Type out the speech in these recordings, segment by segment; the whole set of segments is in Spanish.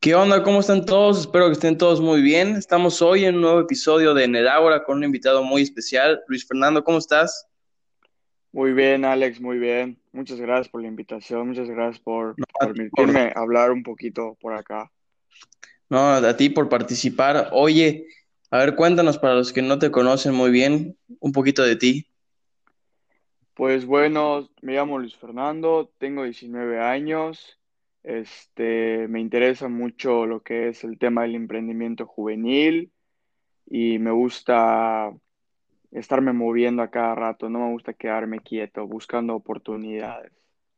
¿Qué onda? ¿Cómo están todos? Espero que estén todos muy bien. Estamos hoy en un nuevo episodio de Nedágora con un invitado muy especial. Luis Fernando, ¿cómo estás? Muy bien, Alex, muy bien. Muchas gracias por la invitación, muchas gracias por No, a ti permitirme hablar un poquito por acá. a ti por participar. Oye, a ver, cuéntanos para los que no te conocen muy bien, un poquito de ti. Pues bueno, me llamo Luis Fernando, tengo 19 años. Me interesa mucho lo que es el tema del emprendimiento juvenil y me gusta estarme moviendo a cada rato, no me gusta quedarme quieto, buscando oportunidades.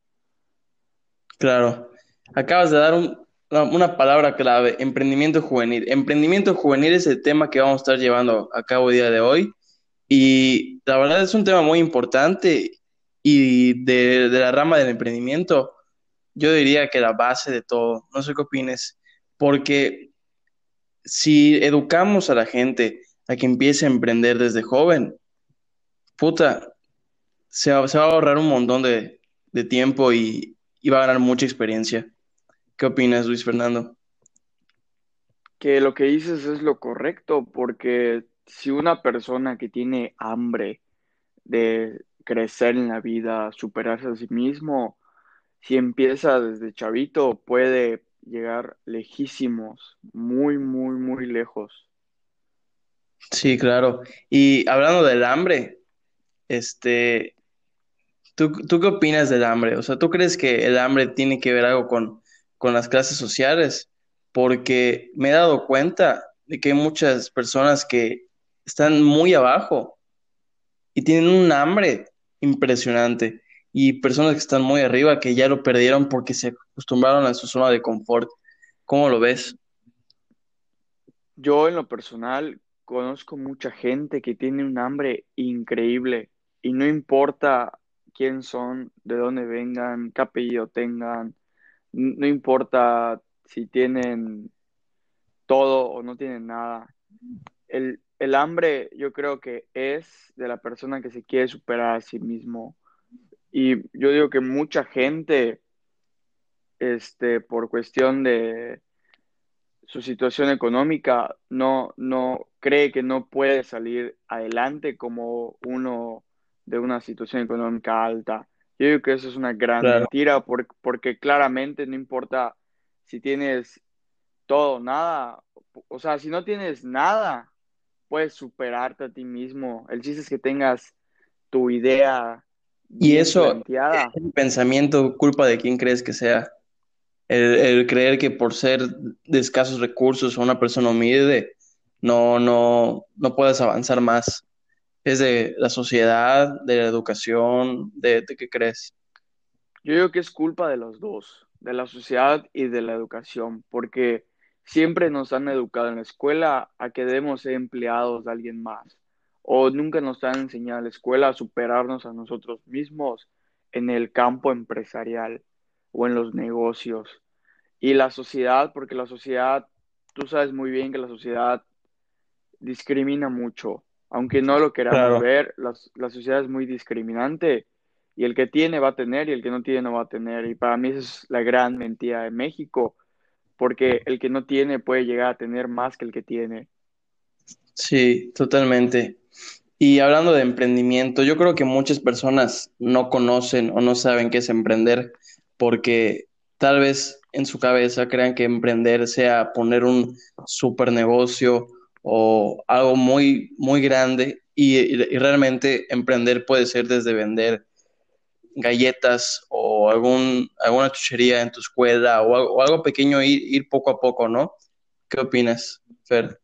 Claro, acabas de dar una palabra clave, emprendimiento juvenil. Emprendimiento juvenil es el tema que vamos a estar llevando a cabo el día de hoy y la verdad es un tema muy importante y de la rama del emprendimiento. Yo diría que la base de todo, no sé qué opines, porque si educamos a la gente a que empiece a emprender desde joven, puta, se va a ahorrar un montón de tiempo y va a ganar mucha experiencia. ¿Qué opinas, Luis Fernando? Que lo que dices es lo correcto, porque si una persona que tiene hambre de crecer en la vida, superarse a sí mismo, si empieza desde chavito, puede llegar lejísimos, muy, muy, muy lejos. Sí, claro. Y hablando del hambre, este, ¿tú qué opinas del hambre? O sea, ¿tú crees que el hambre tiene que ver algo con las clases sociales? Porque me he dado cuenta de que hay muchas personas que están muy abajo y tienen un hambre impresionante y personas que están muy arriba que ya lo perdieron porque se acostumbraron a su zona de confort. ¿Cómo lo ves? Yo en lo personal conozco mucha gente que tiene un hambre increíble y no importa quién son, de dónde vengan, qué apellido tengan, no importa si tienen todo o no tienen nada. El hambre yo creo que es de la persona que se quiere superar a sí mismo. Y yo digo que mucha gente, por cuestión de su situación económica, no cree que no puede salir adelante como uno de una situación económica alta. Yo digo que eso es una gran Claro. mentira porque claramente no importa si tienes todo o nada, o sea, si no tienes nada, puedes superarte a ti mismo. El chiste es que tengas tu idea Y bien eso, planteada. el pensamiento, culpa de quién crees que sea. El creer que por ser de escasos recursos o una persona humilde, no puedes avanzar más. Es de la sociedad, de la educación, de qué crees. Yo digo que es culpa de los dos, de la sociedad y de la educación, porque siempre nos han educado en la escuela a que debemos ser empleados de alguien más, o nunca nos han enseñado en la escuela a superarnos a nosotros mismos en el campo empresarial o en los negocios. Y la sociedad, porque la sociedad, tú sabes muy bien que la sociedad discrimina mucho. Aunque no lo queramos Claro. ver, la sociedad es muy discriminante y el que tiene va a tener y el que no tiene no va a tener. Y para mí esa es la gran mentira de México, porque el que no tiene puede llegar a tener más que el que tiene. Sí, totalmente. Y hablando de emprendimiento, yo creo que muchas personas no conocen o no saben qué es emprender porque tal vez en su cabeza crean que emprender sea poner un super negocio o algo muy grande y realmente emprender puede ser desde vender galletas o alguna chuchería en tu escuela o algo pequeño, ir poco a poco, ¿no? ¿Qué opinas, Fer?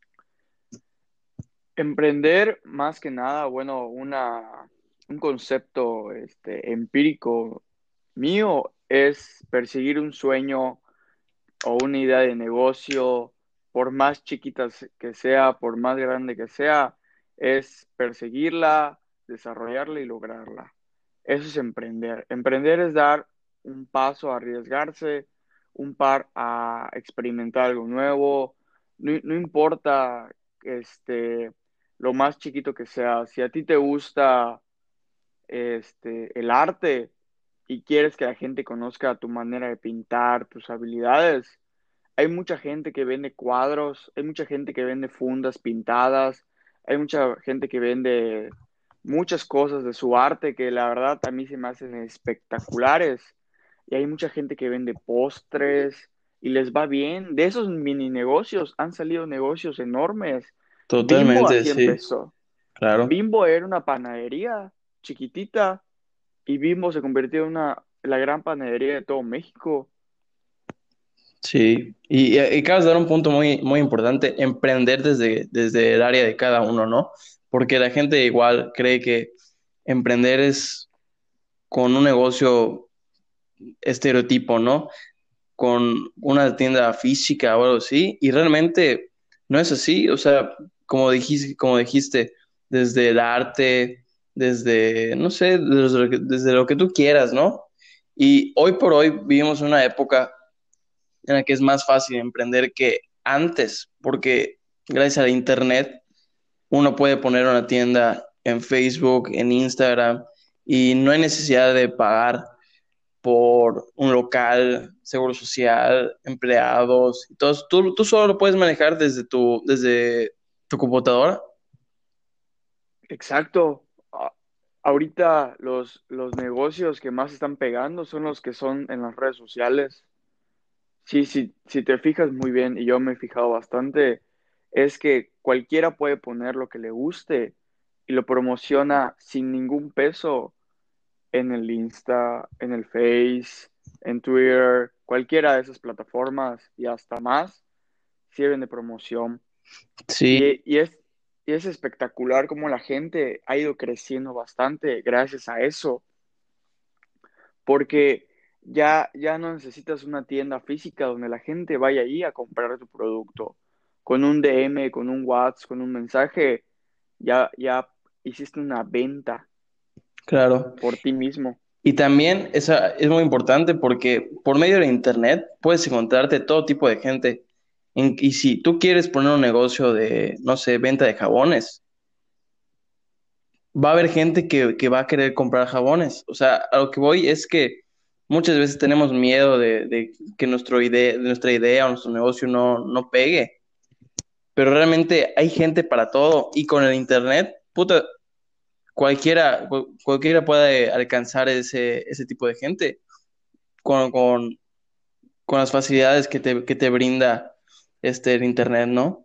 Emprender, más que nada, bueno, un concepto empírico mío es perseguir un sueño o una idea de negocio, por más chiquitas que sea, por más grande que sea, es perseguirla, desarrollarla y lograrla. Eso es emprender. Emprender es dar un paso a arriesgarse, un par a experimentar algo nuevo. No importa lo más chiquito que sea. Si a ti te gusta el arte y quieres que la gente conozca tu manera de pintar, tus habilidades, hay mucha gente que vende cuadros, hay mucha gente que vende fundas pintadas, hay mucha gente que vende muchas cosas de su arte que la verdad a mí se me hacen espectaculares. Y hay mucha gente que vende postres y les va bien. De esos mini negocios han salido negocios enormes. Bimbo Totalmente, así sí, empezó. claro. Bimbo era una panadería chiquitita y Bimbo se convirtió en la gran panadería de todo México. Sí, y acabas de dar un punto muy, muy importante, emprender desde el área de cada uno, ¿no? Porque la gente igual cree que emprender es con un negocio estereotipo, ¿no? Con una tienda física o algo así, y realmente no es así, o sea, como dijiste, desde el arte, desde, no sé, desde lo que tú quieras, ¿no? Y hoy por hoy vivimos una época en la que es más fácil emprender que antes, porque gracias al Internet uno puede poner una tienda en Facebook, en Instagram, y no hay necesidad de pagar por un local, seguro social, empleados, y todo. Tú solo lo puedes manejar desde tu computadora. Exacto. Ahorita los negocios que más están pegando son los que son en las redes sociales. Sí, sí, si te fijas muy bien, y yo me he fijado bastante, es que cualquiera puede poner lo que le guste y lo promociona sin ningún peso en el Insta, en el Face, en Twitter, cualquiera de esas plataformas y hasta más sirven de promoción. Sí, Y es espectacular cómo la gente ha ido creciendo bastante gracias a eso, porque ya no necesitas una tienda física donde la gente vaya ahí a comprar tu producto. Con un DM, con un WhatsApp, con un mensaje, ya hiciste una venta claro. por ti mismo. Y también esa es muy importante porque por medio de internet puedes encontrarte todo tipo de gente. Y si tú quieres poner un negocio de, no sé, venta de jabones, va a haber gente que va a querer comprar jabones. O sea, a lo que voy es que muchas veces tenemos miedo de que nuestra idea o nuestro negocio no pegue. Pero realmente hay gente para todo. Y con el internet, puta, cualquiera puede alcanzar ese tipo de gente con, con, con las facilidades que te brinda el internet, ¿no?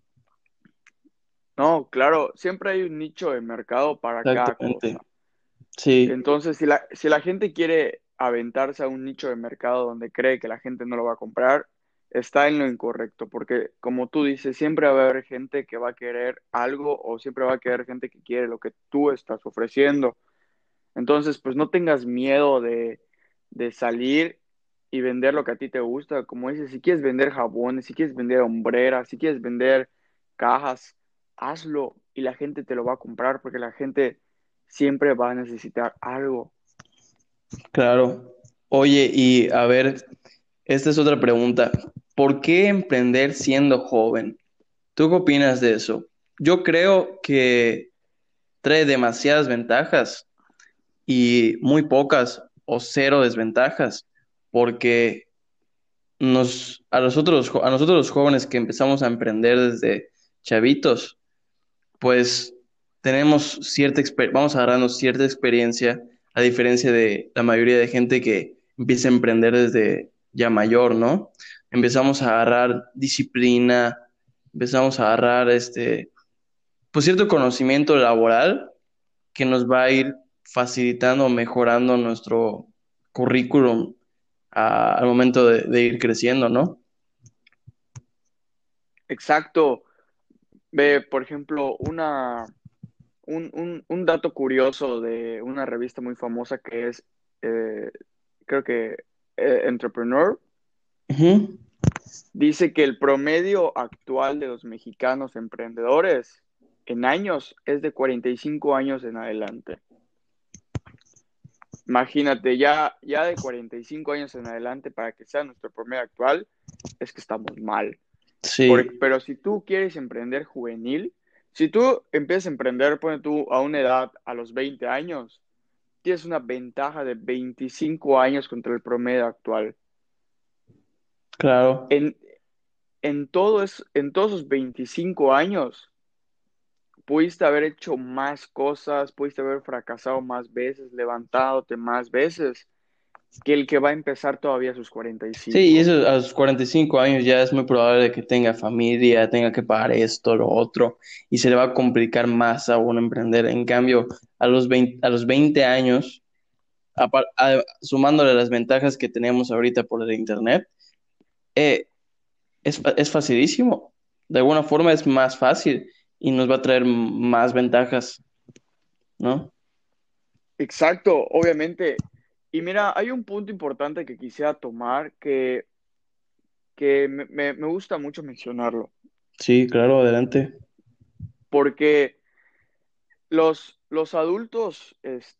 No, claro, siempre hay un nicho de mercado para cada Exactamente. cosa. Sí, Entonces, si la gente quiere aventarse a un nicho de mercado donde cree que la gente no lo va a comprar, está en lo incorrecto, porque como tú dices, siempre va a haber gente que va a querer algo o siempre va a querer gente que quiere lo que tú estás ofreciendo. Entonces, pues no tengas miedo de salir y vender lo que a ti te gusta. Como dices, si quieres vender jabones, si quieres vender hombreras, si quieres vender cajas, hazlo y la gente te lo va a comprar porque la gente siempre va a necesitar algo. claro. Oye, y a ver, esta es otra pregunta. ¿Por qué emprender siendo joven? ¿Tú qué opinas de eso? Yo creo que trae demasiadas ventajas y muy pocas o cero desventajas, porque a nosotros los jóvenes que empezamos a emprender desde chavitos, pues vamos agarrando cierta experiencia, a diferencia de la mayoría de gente que empieza a emprender desde ya mayor, ¿no? Empezamos a agarrar disciplina, empezamos a agarrar pues cierto conocimiento laboral que nos va a ir facilitando, mejorando nuestro currículum al momento de ir creciendo, ¿no? Exacto. Ve, por ejemplo, un dato curioso de una revista muy famosa que es, eh, creo que Entrepreneur. Ujú. Dice que el promedio actual de los mexicanos emprendedores en años es de 45 años en adelante. Imagínate, ya de 45 años en adelante para que sea nuestro promedio actual, es que estamos mal. Sí, Pero si tú quieres emprender juvenil, si tú empiezas a emprender, pone tú a una edad, a los 20 años, tienes una ventaja de 25 años contra el promedio actual. claro. en todos esos 25 años, pudiste haber hecho más cosas, pudiste haber fracasado más veces, levantándote más veces que el que va a empezar todavía a sus Sí, y 45. eso a los 45 años ya es muy probable que tenga familia, tenga que pagar esto, lo otro, y se le va a complicar más aún emprender. En cambio, a los 20 años, sumándole las ventajas que tenemos ahorita por el internet, eh, es facilísimo. De alguna forma es más fácil y nos va a traer más ventajas, ¿no? Exacto, obviamente. Y mira, hay un punto importante que quisiera tomar que me gusta mucho mencionarlo, Sí, claro, adelante. porque los adultos,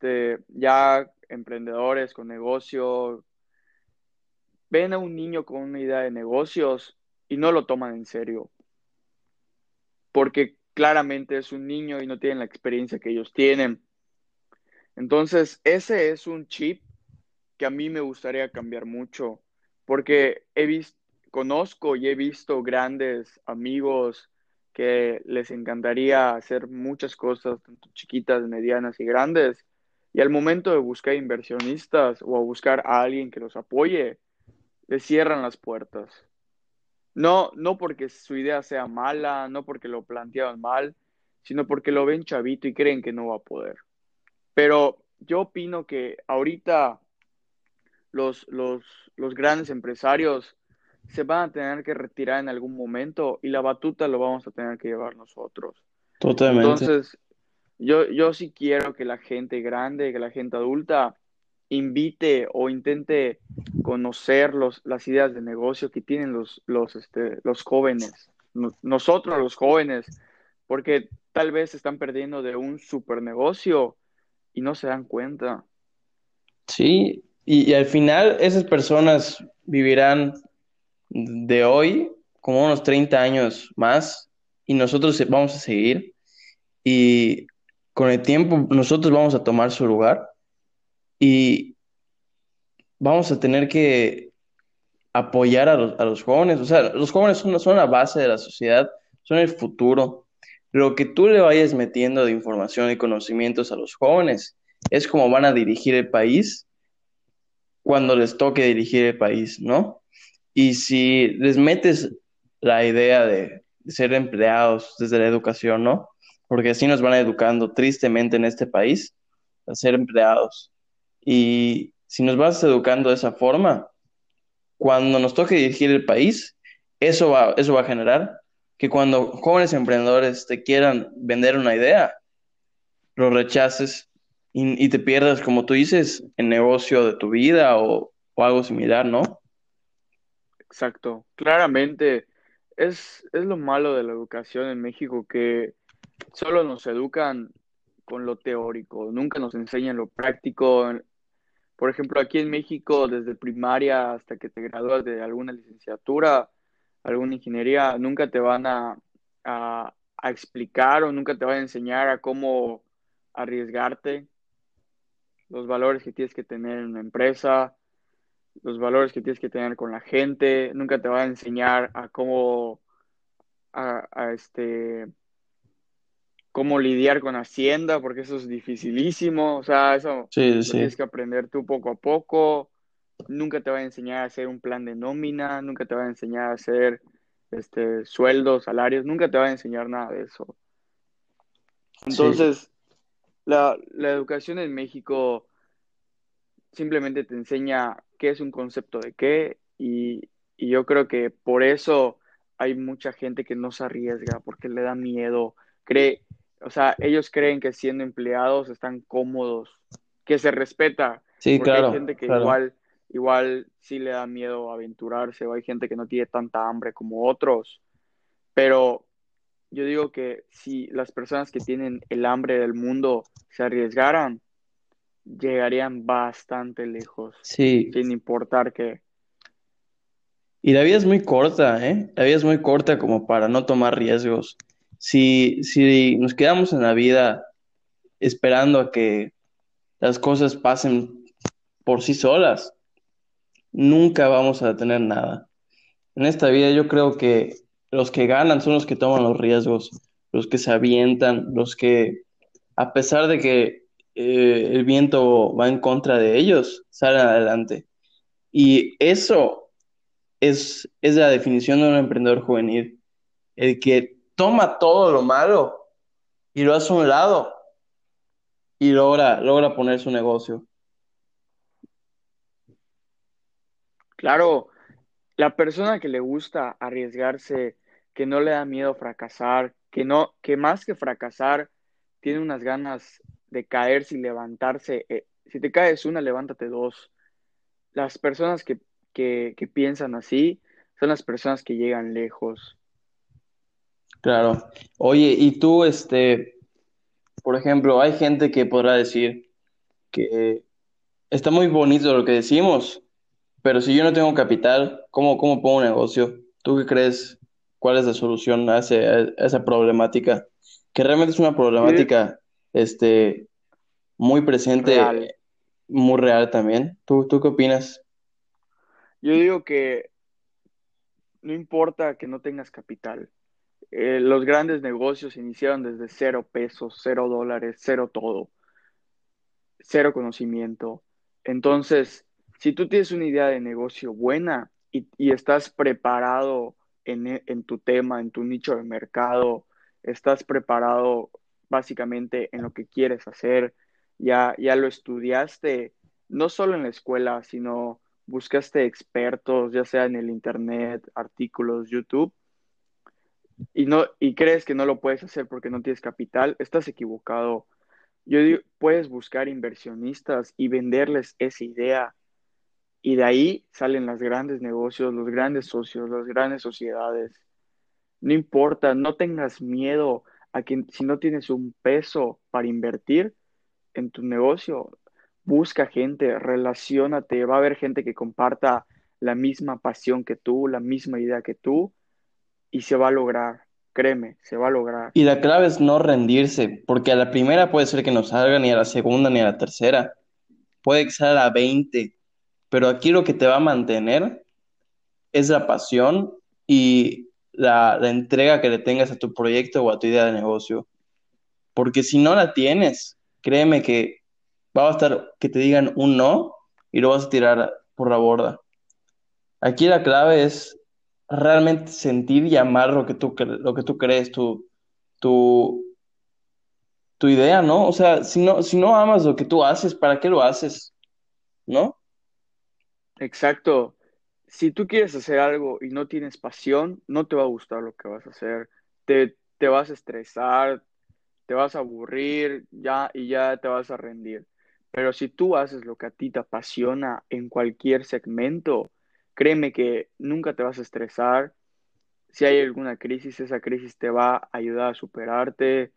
ya emprendedores con negocio, ven a un niño con una idea de negocios y no lo toman en serio, porque claramente es un niño y no tienen la experiencia que ellos tienen. Entonces, ese es un chip que a mí me gustaría cambiar mucho, porque conozco y he visto grandes amigos que les encantaría hacer muchas cosas, tanto chiquitas, medianas y grandes, y al momento de buscar inversionistas o a buscar a alguien que los apoye, les cierran las puertas. No, no porque su idea sea mala, no porque lo planteaban mal, sino porque lo ven chavito y creen que no va a poder. Pero yo opino que ahorita los, los, los grandes empresarios se van a tener que retirar en algún momento y la batuta lo vamos a tener que llevar nosotros. Totalmente. Entonces, yo sí quiero que la gente grande, que la gente adulta invite o intente conocer las ideas de negocio que tienen los jóvenes, nosotros los jóvenes, porque tal vez se están perdiendo de un super negocio y no se dan cuenta. Sí, y al final esas personas vivirán de hoy como unos 30 años más y nosotros vamos a seguir y con el tiempo nosotros vamos a tomar su lugar y vamos a tener que apoyar a los jóvenes. O sea, los jóvenes son la base de la sociedad, son el futuro. Lo que tú le vayas metiendo de información y conocimientos a los jóvenes es como van a dirigir el país cuando les toque dirigir el país, ¿no? Y si les metes la idea de ser empleados desde la educación, ¿no? Porque así nos van educando tristemente en este país a ser empleados. Y si nos vas educando de esa forma, cuando nos toque dirigir el país, eso va a generar que cuando jóvenes emprendedores te quieran vender una idea, lo rechaces y te pierdas, como tú dices, el negocio de tu vida o algo similar, ¿no? Exacto. Claramente es lo malo de la educación en México que solo nos educan con lo teórico, nunca nos enseñan lo práctico. Por ejemplo, aquí en México, desde primaria hasta que te gradúas de alguna licenciatura, alguna ingeniería, nunca te van a explicar o nunca te van a enseñar a cómo arriesgarte, los valores que tienes que tener en una empresa, los valores que tienes que tener con la gente, nunca te van a enseñar a cómo, a cómo lidiar con Hacienda, porque eso es dificilísimo, o sea, eso Sí, lo tienes sí, que aprender tú poco a poco. Nunca te va a enseñar a hacer un plan de nómina, nunca te va a enseñar a hacer sueldos, salarios, nunca te va a enseñar nada de eso. sí, Entonces, la educación en México simplemente te enseña qué es un concepto de qué y yo creo que por eso hay mucha gente que no se arriesga porque le da miedo, cree, o sea, ellos creen que siendo empleados están cómodos, que se respeta, sí, porque hay claro, gente que claro. igual sí le da miedo aventurarse o hay gente que no tiene tanta hambre como otros, pero yo digo que si las personas que tienen el hambre del mundo se arriesgaran, llegarían bastante lejos, Sí, sin importar que, y la vida es muy corta, ¿eh? La vida es muy corta como para no tomar riesgos. Si nos quedamos en la vida esperando a que las cosas pasen por sí solas, nunca vamos a tener nada. En esta vida yo creo que los que ganan son los que toman los riesgos, los que se avientan, los que, a pesar de que el viento va en contra de ellos, salen adelante. Y eso es la definición de un emprendedor juvenil, el que toma todo lo malo y lo hace a un lado y logra poner su negocio. Claro, la persona que le gusta arriesgarse, que no le da miedo fracasar, que más que fracasar, tiene unas ganas de caerse y levantarse. Si te caes una, levántate dos. Las personas que piensan así son las personas que llegan lejos. Claro. Oye, y tú, por ejemplo, hay gente que podrá decir que está muy bonito lo que decimos, pero si yo no tengo capital, ¿cómo pongo un negocio? ¿Tú qué crees? ¿Cuál es la solución a esa problemática? Que realmente es una Yo, problemática, muy real. presente, muy real también. ¿Tú qué opinas? Yo digo que no importa que no tengas capital. Los grandes negocios iniciaron desde 0 pesos, 0 dólares, cero todo, cero conocimiento. Entonces, si tú tienes una idea de negocio buena y estás preparado en tu tema, en tu nicho de mercado, estás preparado básicamente en lo que quieres hacer, ya lo estudiaste, no solo en la escuela, sino buscaste expertos, ya sea en el internet, artículos, YouTube, y crees que no lo puedes hacer porque no tienes capital, estás equivocado. Yo digo, puedes buscar inversionistas y venderles esa idea, y de ahí salen los grandes negocios, los grandes socios, las grandes sociedades. No importa, no tengas miedo a que si no tienes un peso para invertir en tu negocio, busca gente, relaciónate, va a haber gente que comparta la misma pasión que tú, la misma idea que tú, y se va a lograr. Créeme, se va a lograr. Y la clave es no rendirse, porque a la primera puede ser que no salga, ni a la segunda, ni a la tercera. Puede que sea a la 20, pero aquí lo que te va a mantener es la pasión y la entrega que le tengas a tu proyecto o a tu idea de negocio. Porque si no la tienes, créeme que va a bastar que te digan un no y lo vas a tirar por la borda. Aquí la clave es realmente sentir y amar lo que tú crees, tu, tu idea, ¿no? O sea, si no amas lo que tú haces, ¿para qué lo haces? ¿No? Exacto. Si tú quieres hacer algo y no tienes pasión, no te va a gustar lo que vas a hacer. Te vas a estresar, te vas a aburrir, ya te vas a rendir. Pero si tú haces lo que a ti te apasiona en cualquier segmento, créeme que nunca te vas a estresar. Si hay alguna crisis, esa crisis te va a ayudar a superarte.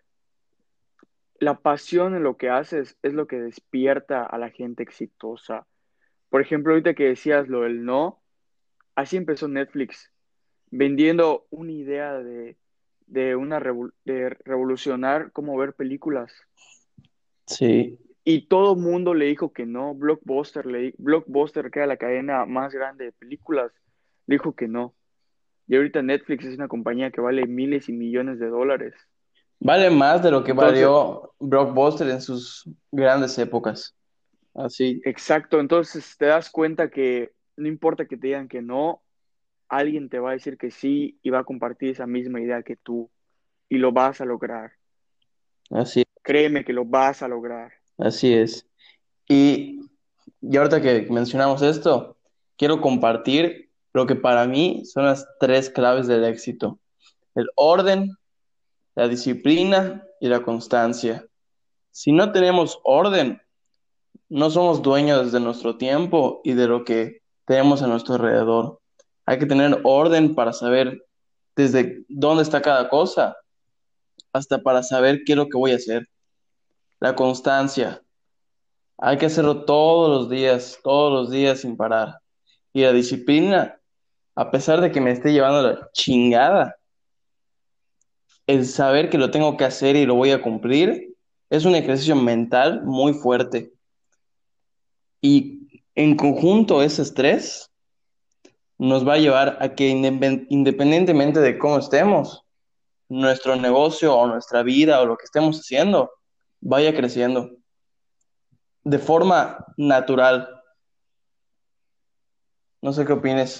La pasión en lo que haces es lo que despierta a la gente exitosa. Por ejemplo, ahorita que decías lo del no, así empezó Netflix, vendiendo una idea de revolucionar cómo ver películas. Sí. Y todo el mundo le dijo que no. Blockbuster, que era la cadena más grande de películas, le dijo que no. Y ahorita Netflix es una compañía que vale miles y millones de dólares. Vale más de lo que Entonces, valió Blockbuster en sus grandes épocas. Así. exacto, entonces te das cuenta que no importa que te digan que no, alguien te va a decir que sí y va a compartir esa misma idea que tú y lo vas a lograr. Así, Créeme que lo vas a lograr. así es. Y, y ahorita que mencionamos esto, quiero compartir lo que para mí son las tres claves del éxito. El orden, la disciplina y la constancia. Si no tenemos orden, no somos dueños de nuestro tiempo y de lo que tenemos a nuestro alrededor. Hay que tener orden para saber desde dónde está cada cosa, hasta para saber qué es lo que voy a hacer. La constancia. Hay que hacerlo todos los días sin parar. Y la disciplina, a pesar de que me esté llevando la chingada, el saber que lo tengo que hacer y lo voy a cumplir es un ejercicio mental muy fuerte. Y en conjunto, ese estrés nos va a llevar a que independientemente de cómo estemos, nuestro negocio o nuestra vida o lo que estemos haciendo vaya creciendo de forma natural. No sé qué opines.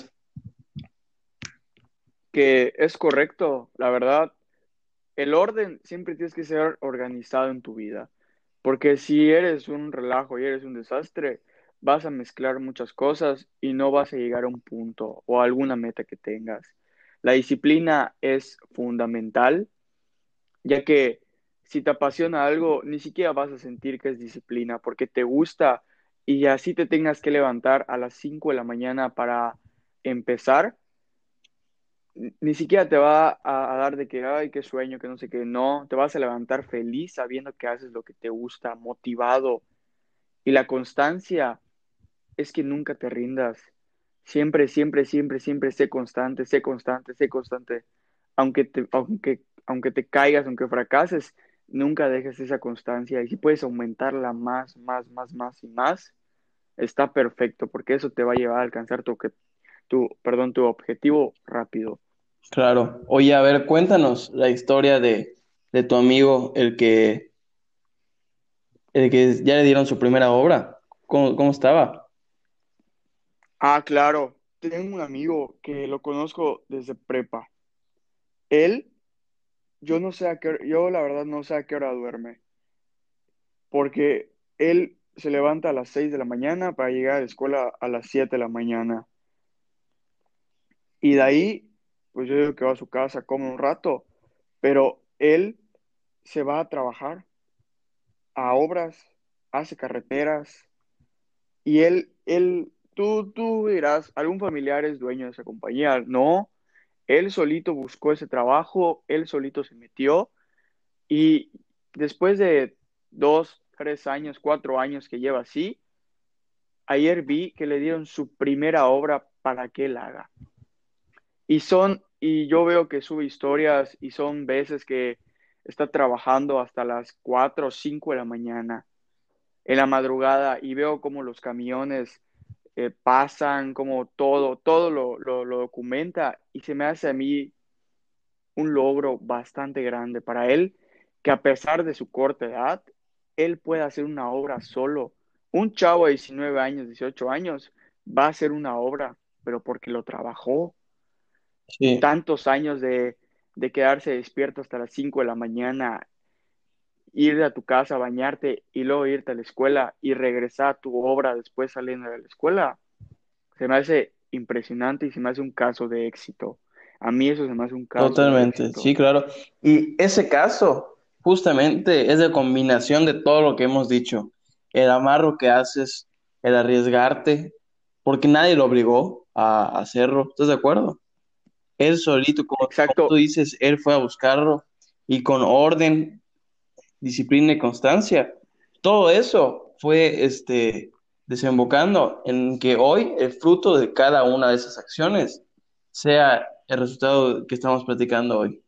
Que es correcto, la verdad. El orden siempre tienes que ser organizado en tu vida, porque si eres un relajo y eres un desastre, vas a mezclar muchas cosas y no vas a llegar a un punto o a alguna meta que tengas. La disciplina es fundamental, ya que si te apasiona algo, ni siquiera vas a sentir que es disciplina, porque te gusta y así te tengas que levantar a las 5 de la mañana para empezar, ni siquiera te va a dar de que, ay, qué sueño, que no sé qué, no, te vas a levantar feliz sabiendo que haces lo que te gusta, motivado. Y la constancia es que nunca te rindas. Siempre, siempre, siempre, siempre sé constante, sé constante, sé constante. Aunque te caigas, aunque fracases, nunca dejes esa constancia. Y si puedes aumentarla más, más, más, más y más, está perfecto, porque eso te va a llevar a alcanzar tu objetivo rápido. Claro. Oye, a ver, cuéntanos la historia de tu amigo, el que ya le dieron su primera obra. ¿Cómo estaba? Ah, claro. Tengo un amigo que lo conozco desde prepa. Él, yo no sé a qué hora, yo la verdad no sé a qué hora duerme, porque él se levanta a las 6 de la mañana para llegar a la escuela a las 7 de la mañana. Y de ahí, pues yo digo que va a su casa, come un rato, pero él se va a trabajar a obras, hace carreteras, y tú dirás, algún familiar es dueño de esa compañía. No, él solito buscó ese trabajo, él solito se metió y después de 2, 3 años, 4 años que lleva así, ayer vi que le dieron su primera obra para que él haga. Y yo veo que sube historias y son veces que está trabajando hasta las 4 o 5 de la mañana, en la madrugada, y veo como los camiones pasan, como todo lo documenta y se me hace a mí un logro bastante grande para él, que a pesar de su corta edad, él puede hacer una obra solo. Un chavo de 19 años, 18 años, va a hacer una obra, pero porque lo trabajó. Sí, Tantos años de quedarse despierto hasta las 5 de la mañana, ir a tu casa, bañarte y luego irte a la escuela y regresar a tu obra después saliendo de la escuela. Se me hace impresionante y se me hace un caso de éxito. A mí eso se me hace un caso de totalmente. éxito. Sí, claro. Y ese caso justamente es de combinación de todo lo que hemos dicho. El amarro que haces, el arriesgarte, porque nadie lo obligó a hacerlo. ¿Estás de acuerdo? Él solito, como tú Exacto, dices, él fue a buscarlo y con orden, disciplina y constancia. Todo eso fue desembocando en que hoy el fruto de cada una de esas acciones sea el resultado que estamos platicando hoy.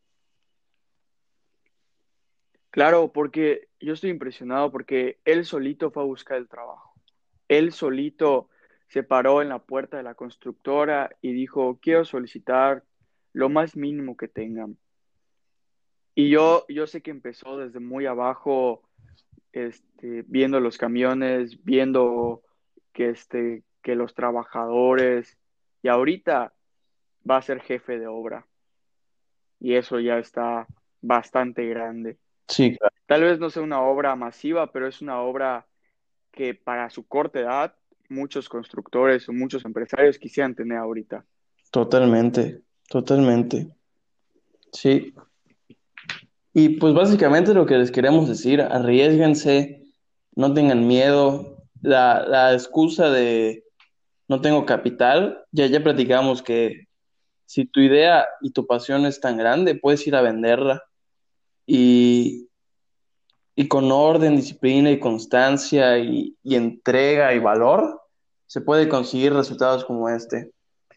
claro, porque yo estoy impresionado porque él solito fue a buscar el trabajo. Él solito se paró en la puerta de la constructora y dijo, quiero solicitar lo más mínimo que tengan. Y yo sé que empezó desde muy abajo, viendo los camiones, viendo que los trabajadores, y ahorita va a ser jefe de obra. Y eso ya está bastante grande. Sí, claro, Tal vez no sea una obra masiva, pero es una obra que para su corta edad muchos constructores o muchos empresarios quisieran tener ahorita. totalmente, totalmente. Sí. Y pues básicamente lo que les queremos decir, arriesguense, no tengan miedo. La excusa de no tengo capital, ya platicamos que si tu idea y tu pasión es tan grande, puedes ir a venderla y, y con orden, disciplina y constancia y entrega y valor, se puede conseguir resultados como este.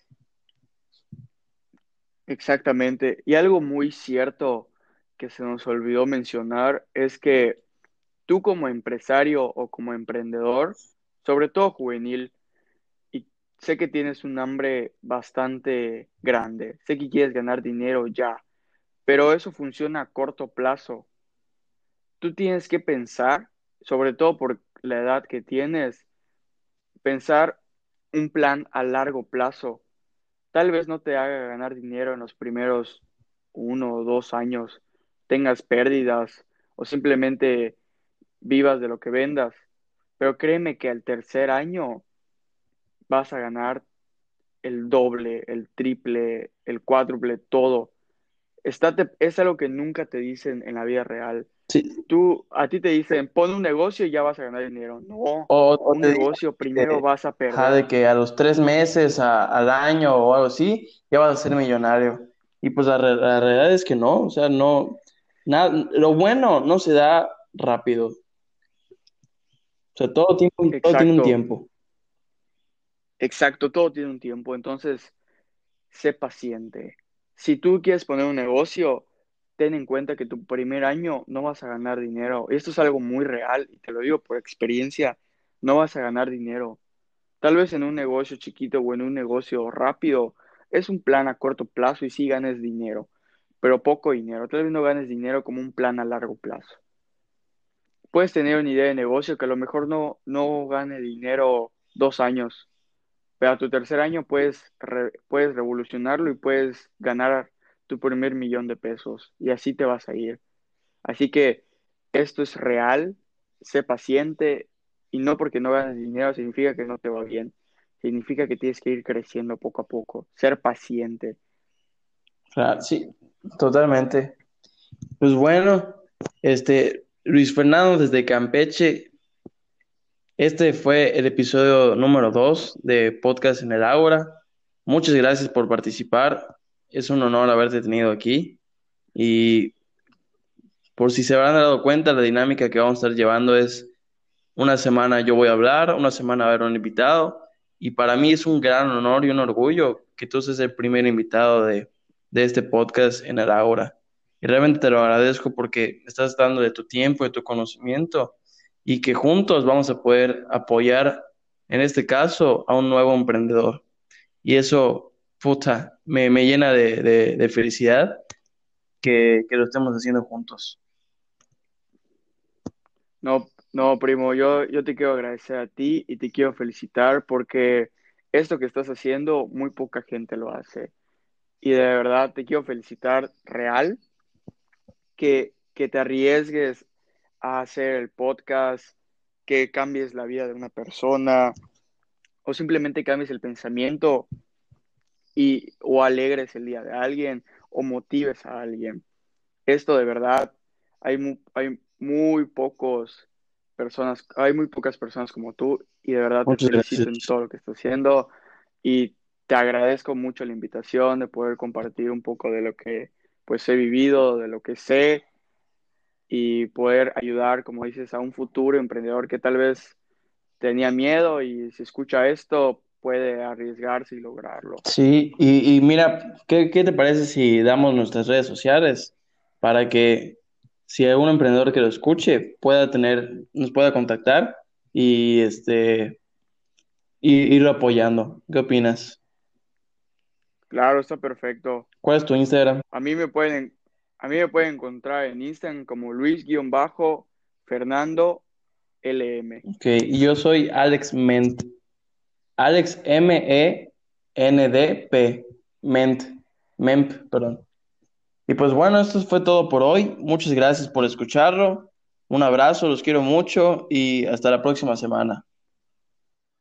Exactamente. Y algo muy cierto que se nos olvidó mencionar es que tú como empresario o como emprendedor, sobre todo juvenil, y sé que tienes un hambre bastante grande, sé que quieres ganar dinero ya, pero eso funciona a corto plazo. Tú tienes que pensar, sobre todo por la edad que tienes, pensar un plan a largo plazo. Tal vez no te haga ganar dinero en los primeros 1 o 2 años, tengas pérdidas o simplemente vivas de lo que vendas, pero créeme que al tercer año vas a ganar el doble, el triple, el cuádruple, todo. Es algo que nunca te dicen en la vida real. Sí, A ti te dicen, pon un negocio y ya vas a ganar dinero. No, o un te dicen negocio primero que, vas a ajá, perder. de que a los 3 meses, al año o algo así, ya vas a ser millonario. Y pues la realidad es que no, o sea, no, nada, lo bueno no se da rápido. O sea, todo tiene un Exacto, tiempo. exacto, todo tiene un tiempo. Entonces, sé paciente. Si tú quieres poner un negocio, ten en cuenta que tu primer año no vas a ganar dinero. Esto es algo muy real y te lo digo por experiencia, no vas a ganar dinero. Tal vez en un negocio chiquito o en un negocio rápido es un plan a corto plazo y sí ganes dinero, pero poco dinero. Tal vez no ganes dinero como un plan a largo plazo. Puedes tener una idea de negocio que a lo mejor no gane dinero 2 años, pero a tu tercer año puedes revolucionarlo y puedes ganar tu primer millón de pesos y así te vas a ir. Así que esto es real, sé paciente y no porque no ganes dinero significa que no te va bien. Significa que tienes que ir creciendo poco a poco, ser paciente. O sea, sí, totalmente. Pues bueno, Luis Fernando desde Campeche, este fue el episodio número 2 de Podcast en el Ágora. Muchas gracias por participar. Es un honor haberte tenido aquí. Y por si se habrán dado cuenta, la dinámica que vamos a estar llevando es una semana yo voy a hablar, una semana va a haber un invitado. Y para mí es un gran honor y un orgullo que tú seas el primer invitado de este podcast en el Ágora. Y realmente te lo agradezco porque estás dando de tu tiempo, de tu conocimiento y que juntos vamos a poder apoyar, en este caso, a un nuevo emprendedor. Y eso, puta, me llena de felicidad que lo estemos haciendo juntos. No, no, primo, yo te quiero agradecer a ti y te quiero felicitar porque esto que estás haciendo muy poca gente lo hace. Y de verdad te quiero felicitar real que te arriesgues a hacer el podcast, que cambies la vida de una persona o simplemente cambies el pensamiento o alegres el día de alguien o motives a alguien. Esto de verdad, hay muy pocas personas como tú y de verdad te Muchas felicito gracias. en todo lo que estás haciendo y te agradezco mucho la invitación de poder compartir un poco de lo que pues he vivido, de lo que sé y poder ayudar, como dices, a un futuro emprendedor que tal vez tenía miedo y si escucha esto puede arriesgarse y lograrlo. Sí, y mira, ¿qué te parece si damos nuestras redes sociales para que si hay algún emprendedor que lo escuche nos pueda contactar y irlo apoyando? ¿Qué opinas? Claro, está perfecto. ¿Cuál es tu Instagram? A mí me pueden, a mí me pueden encontrar en Instagram como Luis-Fernando LM. Ok, y yo soy Alex Ment, Alex MENDP, Ment, Memp, perdón. Y pues bueno, esto fue todo por hoy. Muchas gracias por escucharlo. Un abrazo, los quiero mucho y hasta la próxima semana.